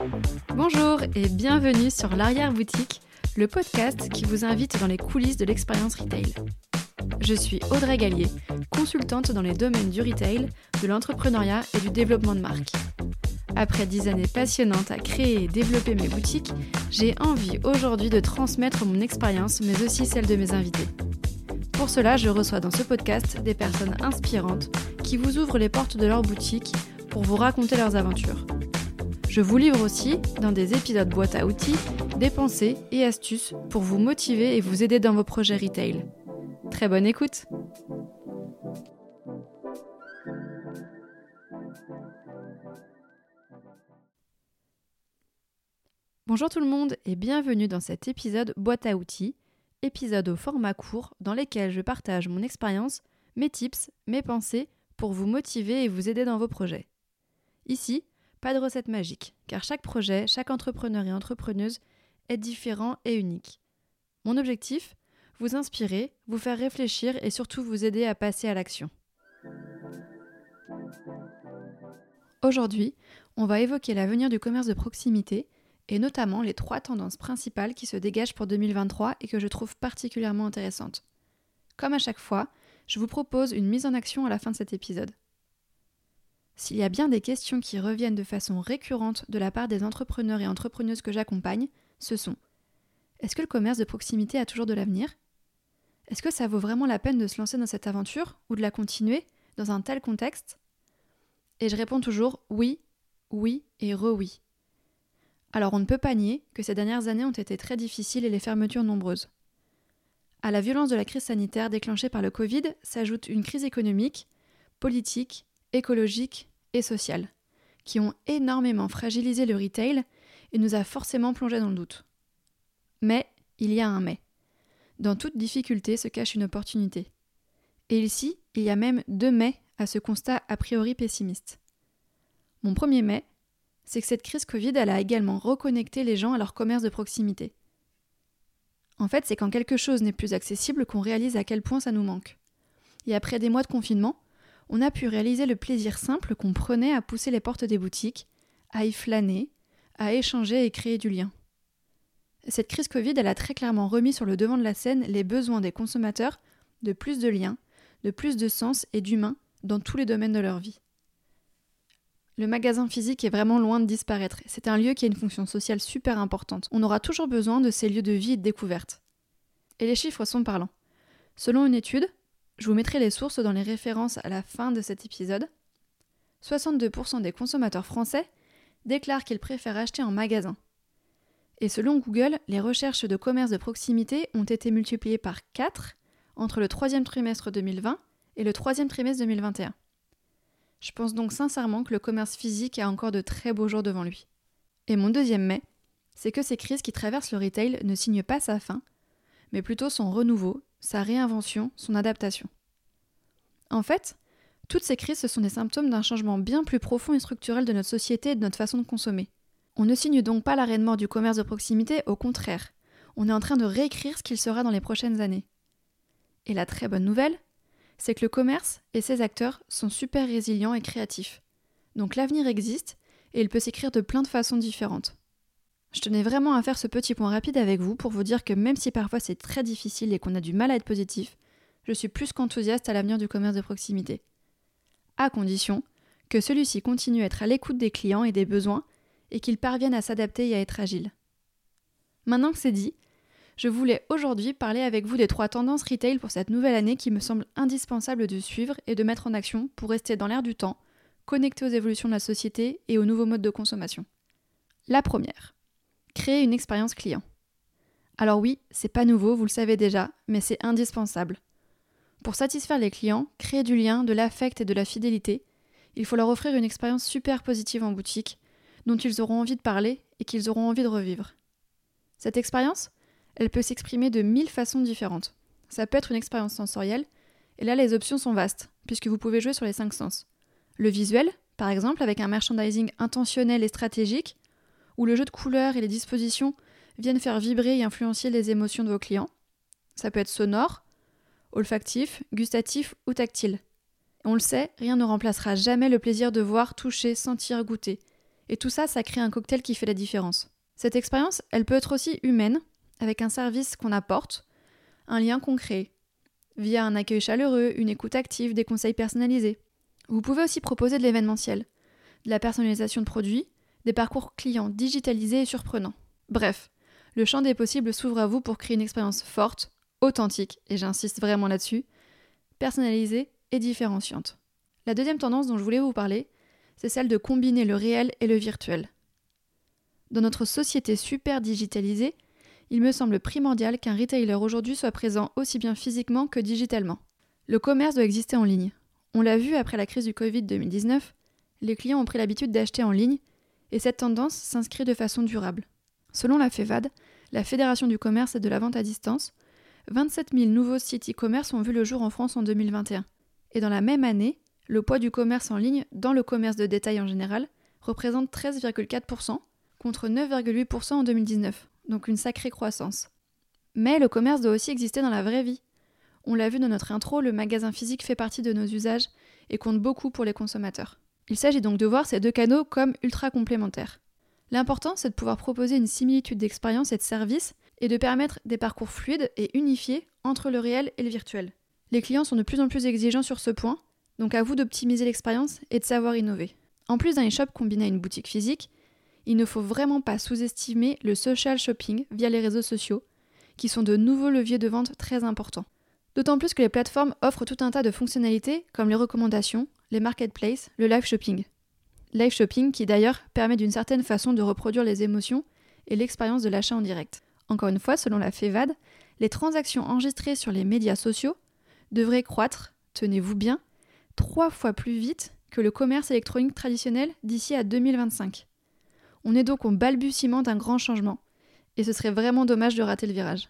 Bonjour et bienvenue sur l'Arrière-Boutique, le podcast qui vous invite dans les coulisses de l'expérience retail. Je suis Audrey Gallier, consultante dans les domaines du retail, de l'entrepreneuriat et du développement de marque. Après 10 années passionnantes à créer et développer mes boutiques, j'ai envie aujourd'hui de transmettre mon expérience, mais aussi celle de mes invités. Pour cela, je reçois dans ce podcast des personnes inspirantes qui vous ouvrent les portes de leur boutique pour vous raconter leurs aventures. Je vous livre aussi, dans des épisodes boîte à outils, des pensées et astuces pour vous motiver et vous aider dans vos projets retail. Très bonne écoute! Bonjour tout le monde et bienvenue dans cet épisode boîte à outils, épisode au format court dans lequel je partage mon expérience, mes tips, mes pensées pour vous motiver et vous aider dans vos projets. Ici, pas de recette magique, car chaque projet, chaque entrepreneur et entrepreneuse est différent et unique. Mon objectif, vous inspirer, vous faire réfléchir et surtout vous aider à passer à l'action. Aujourd'hui, on va évoquer l'avenir du commerce de proximité et notamment les 3 tendances principales qui se dégagent pour 2023 et que je trouve particulièrement intéressantes. Comme à chaque fois, je vous propose une mise en action à la fin de cet épisode. S'il y a bien des questions qui reviennent de façon récurrente de la part des entrepreneurs et entrepreneuses que j'accompagne, ce sont: est-ce que le commerce de proximité a toujours de l'avenir ? Est-ce que ça vaut vraiment la peine de se lancer dans cette aventure ou de la continuer dans un tel contexte ? Et je réponds toujours oui, oui et re-oui. Alors on ne peut pas nier que ces dernières années ont été très difficiles et les fermetures nombreuses. À la violence de la crise sanitaire déclenchée par le Covid s'ajoute une crise économique, politique, écologique et sociale, qui ont énormément fragilisé le retail et nous a forcément plongé dans le doute. Mais il y a un mais. Dans toute difficulté se cache une opportunité. Et ici, il y a même 2 mais à ce constat a priori pessimiste. Mon premier mais, c'est que cette crise Covid, elle a également reconnecté les gens à leur commerce de proximité. En fait, c'est quand quelque chose n'est plus accessible qu'on réalise à quel point ça nous manque. Et après des mois de confinement, on a pu réaliser le plaisir simple qu'on prenait à pousser les portes des boutiques, à y flâner, à échanger et créer du lien. Cette crise Covid, elle a très clairement remis sur le devant de la scène les besoins des consommateurs de plus de liens, de plus de sens et d'humain dans tous les domaines de leur vie. Le magasin physique est vraiment loin de disparaître. C'est un lieu qui a une fonction sociale super importante. On aura toujours besoin de ces lieux de vie et de découverte. Et les chiffres sont parlants. Selon une étude, je vous mettrai les sources dans les références à la fin de cet épisode, 62% des consommateurs français déclarent qu'ils préfèrent acheter en magasin. Et selon Google, les recherches de commerce de proximité ont été multipliées par 4 entre le 3e trimestre 2020 et le 3e trimestre 2021. Je pense donc sincèrement que le commerce physique a encore de très beaux jours devant lui. Et mon deuxième mais, c'est que ces crises qui traversent le retail ne signent pas sa fin, mais plutôt son renouveau, sa réinvention, son adaptation. En fait, toutes ces crises, ce sont des symptômes d'un changement bien plus profond et structurel de notre société et de notre façon de consommer. On ne signe donc pas l'arrêt de mort du commerce de proximité, au contraire. On est en train de réécrire ce qu'il sera dans les prochaines années. Et la très bonne nouvelle, c'est que le commerce et ses acteurs sont super résilients et créatifs. Donc l'avenir existe et il peut s'écrire de plein de façons différentes. Je tenais vraiment à faire ce petit point rapide avec vous pour vous dire que même si parfois c'est très difficile et qu'on a du mal à être positif, je suis plus qu'enthousiaste à l'avenir du commerce de proximité. À condition que celui-ci continue à être à l'écoute des clients et des besoins et qu'il parvienne à s'adapter et à être agile. Maintenant que c'est dit, je voulais aujourd'hui parler avec vous des 3 tendances retail pour cette nouvelle année qui me semblent indispensables de suivre et de mettre en action pour rester dans l'air du temps, connecté aux évolutions de la société et aux nouveaux modes de consommation. La première. Créer une expérience client. Alors oui, c'est pas nouveau, vous le savez déjà, mais c'est indispensable. Pour satisfaire les clients, créer du lien, de l'affect et de la fidélité, il faut leur offrir une expérience super positive en boutique, dont ils auront envie de parler et qu'ils auront envie de revivre. Cette expérience, elle peut s'exprimer de 1000 façons différentes. Ça peut être une expérience sensorielle, et là les options sont vastes, puisque vous pouvez jouer sur les 5 sens. Le visuel, par exemple, avec un merchandising intentionnel et stratégique, où le jeu de couleurs et les dispositions viennent faire vibrer et influencer les émotions de vos clients. Ça peut être sonore, olfactif, gustatif ou tactile. On le sait, rien ne remplacera jamais le plaisir de voir, toucher, sentir, goûter. Et tout ça, ça crée un cocktail qui fait la différence. Cette expérience, elle peut être aussi humaine, avec un service qu'on apporte, un lien concret, via un accueil chaleureux, une écoute active, des conseils personnalisés. Vous pouvez aussi proposer de l'événementiel, de la personnalisation de produits, des parcours clients digitalisés et surprenants. Bref, le champ des possibles s'ouvre à vous pour créer une expérience forte, authentique, et j'insiste vraiment là-dessus, personnalisée et différenciante. La deuxième tendance dont je voulais vous parler, c'est celle de combiner le réel et le virtuel. Dans notre société super digitalisée, il me semble primordial qu'un retailer aujourd'hui soit présent aussi bien physiquement que digitalement. Le commerce doit exister en ligne. On l'a vu après la crise du Covid 2019, les clients ont pris l'habitude d'acheter en ligne et cette tendance s'inscrit de façon durable. Selon la FEVAD, la Fédération du commerce et de la vente à distance, 27 000 nouveaux sites e-commerce ont vu le jour en France en 2021. Et dans la même année, le poids du commerce en ligne dans le commerce de détail en général représente 13,4% contre 9,8% en 2019, donc une sacrée croissance. Mais le commerce doit aussi exister dans la vraie vie. On l'a vu dans notre intro, le magasin physique fait partie de nos usages et compte beaucoup pour les consommateurs. Il s'agit donc de voir ces deux canaux comme ultra complémentaires. L'important, c'est de pouvoir proposer une similitude d'expérience et de service et de permettre des parcours fluides et unifiés entre le réel et le virtuel. Les clients sont de plus en plus exigeants sur ce point, donc à vous d'optimiser l'expérience et de savoir innover. En plus d'un e-shop combiné à une boutique physique, il ne faut vraiment pas sous-estimer le social shopping via les réseaux sociaux, qui sont de nouveaux leviers de vente très importants. D'autant plus que les plateformes offrent tout un tas de fonctionnalités comme les recommandations, les marketplaces, le live shopping. Live shopping qui d'ailleurs permet d'une certaine façon de reproduire les émotions et l'expérience de l'achat en direct. Encore une fois, selon la FEVAD, les transactions enregistrées sur les médias sociaux devraient croître, tenez-vous bien, 3 fois plus vite que le commerce électronique traditionnel d'ici à 2025. On est donc au balbutiement d'un grand changement, et ce serait vraiment dommage de rater le virage.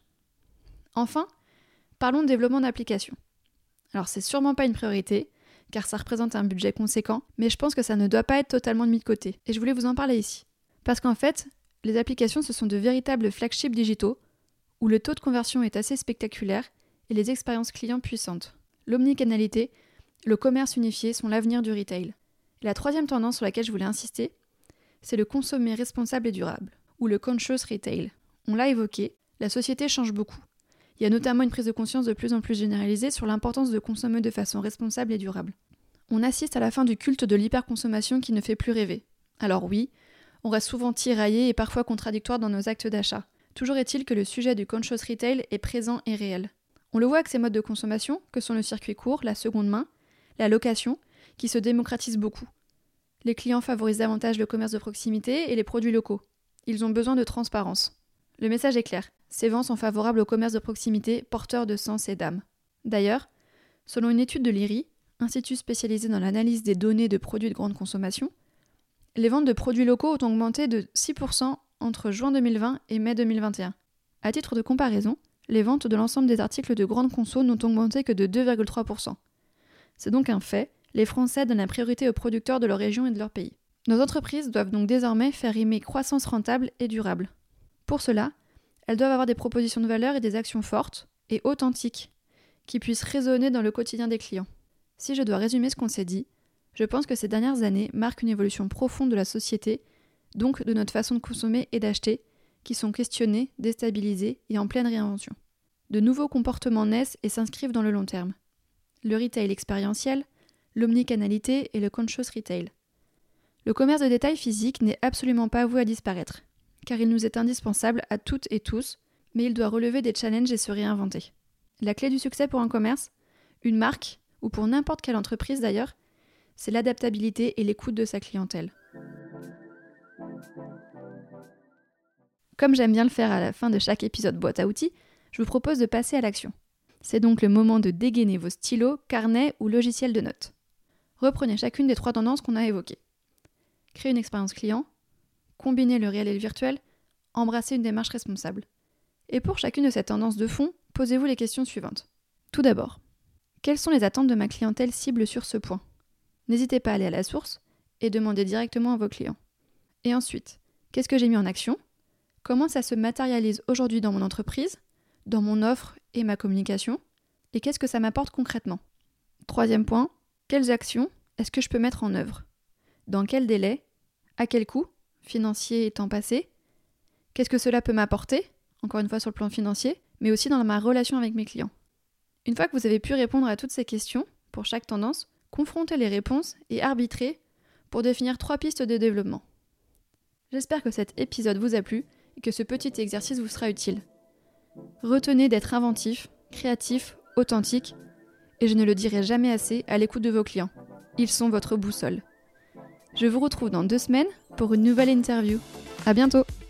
Enfin, parlons de développement d'applications. Alors c'est sûrement pas une priorité, car ça représente un budget conséquent, mais je pense que ça ne doit pas être totalement mis de côté, et je voulais vous en parler ici. Parce qu'en fait, les applications ce sont de véritables flagships digitaux, où le taux de conversion est assez spectaculaire, et les expériences clients puissantes. L'omnicanalité, le commerce unifié sont l'avenir du retail. Et la troisième tendance sur laquelle je voulais insister, c'est le consommer responsable et durable, ou le conscious retail. On l'a évoqué, la société change beaucoup. Il y a notamment une prise de conscience de plus en plus généralisée sur l'importance de consommer de façon responsable et durable. On assiste à la fin du culte de l'hyperconsommation qui ne fait plus rêver. Alors oui, on reste souvent tiraillé et parfois contradictoire dans nos actes d'achat. Toujours est-il que le sujet du conscious retail est présent et réel. On le voit avec ces modes de consommation, que sont le circuit court, la seconde main, la location, qui se démocratisent beaucoup. Les clients favorisent davantage le commerce de proximité et les produits locaux. Ils ont besoin de transparence. Le message est clair, ces vents sont favorables au commerce de proximité, porteur de sens et d'âme. D'ailleurs, selon une étude de l'IRI, institut spécialisé dans l'analyse des données de produits de grande consommation, les ventes de produits locaux ont augmenté de 6% entre juin 2020 et mai 2021. À titre de comparaison, les ventes de l'ensemble des articles de grande conso n'ont augmenté que de 2,3%. C'est donc un fait, les Français donnent la priorité aux producteurs de leur région et de leur pays. Nos entreprises doivent donc désormais faire rimer croissance rentable et durable. Pour cela, elles doivent avoir des propositions de valeur et des actions fortes et authentiques qui puissent résonner dans le quotidien des clients. Si je dois résumer ce qu'on s'est dit, je pense que ces dernières années marquent une évolution profonde de la société, donc de notre façon de consommer et d'acheter, qui sont questionnées, déstabilisées et en pleine réinvention. De nouveaux comportements naissent et s'inscrivent dans le long terme. Le retail expérientiel, l'omnicanalité et le conscious retail. Le commerce de détail physique n'est absolument pas voué à disparaître, car il nous est indispensable à toutes et tous, mais il doit relever des challenges et se réinventer. La clé du succès pour un commerce, une marque, ou pour n'importe quelle entreprise d'ailleurs, c'est l'adaptabilité et l'écoute de sa clientèle. Comme j'aime bien le faire à la fin de chaque épisode boîte à outils, je vous propose de passer à l'action. C'est donc le moment de dégainer vos stylos, carnets ou logiciels de notes. Reprenez chacune des 3 tendances qu'on a évoquées. Créer une expérience client, combiner le réel et le virtuel, embrasser une démarche responsable. Et pour chacune de ces tendances de fond, posez-vous les questions suivantes. Tout d'abord, quelles sont les attentes de ma clientèle cible sur ce point ? N'hésitez pas à aller à la source et demandez directement à vos clients. Et ensuite, qu'est-ce que j'ai mis en action ? Comment ça se matérialise aujourd'hui dans mon entreprise, dans mon offre et ma communication ? Et qu'est-ce que ça m'apporte concrètement ? Troisième point, quelles actions est-ce que je peux mettre en œuvre ? Dans quel délai ? À quel coût ? financier et temps passé? Qu'est-ce que cela peut m'apporter, encore une fois sur le plan financier, mais aussi dans ma relation avec mes clients? Une fois que vous avez pu répondre à toutes ces questions, pour chaque tendance, confrontez les réponses et arbitrez pour définir 3 pistes de développement. J'espère que cet épisode vous a plu et que ce petit exercice vous sera utile. Retenez d'être inventif, créatif, authentique, et je ne le dirai jamais assez, à l'écoute de vos clients. Ils sont votre boussole. Je vous retrouve dans 2 semaines pour une nouvelle interview. À bientôt!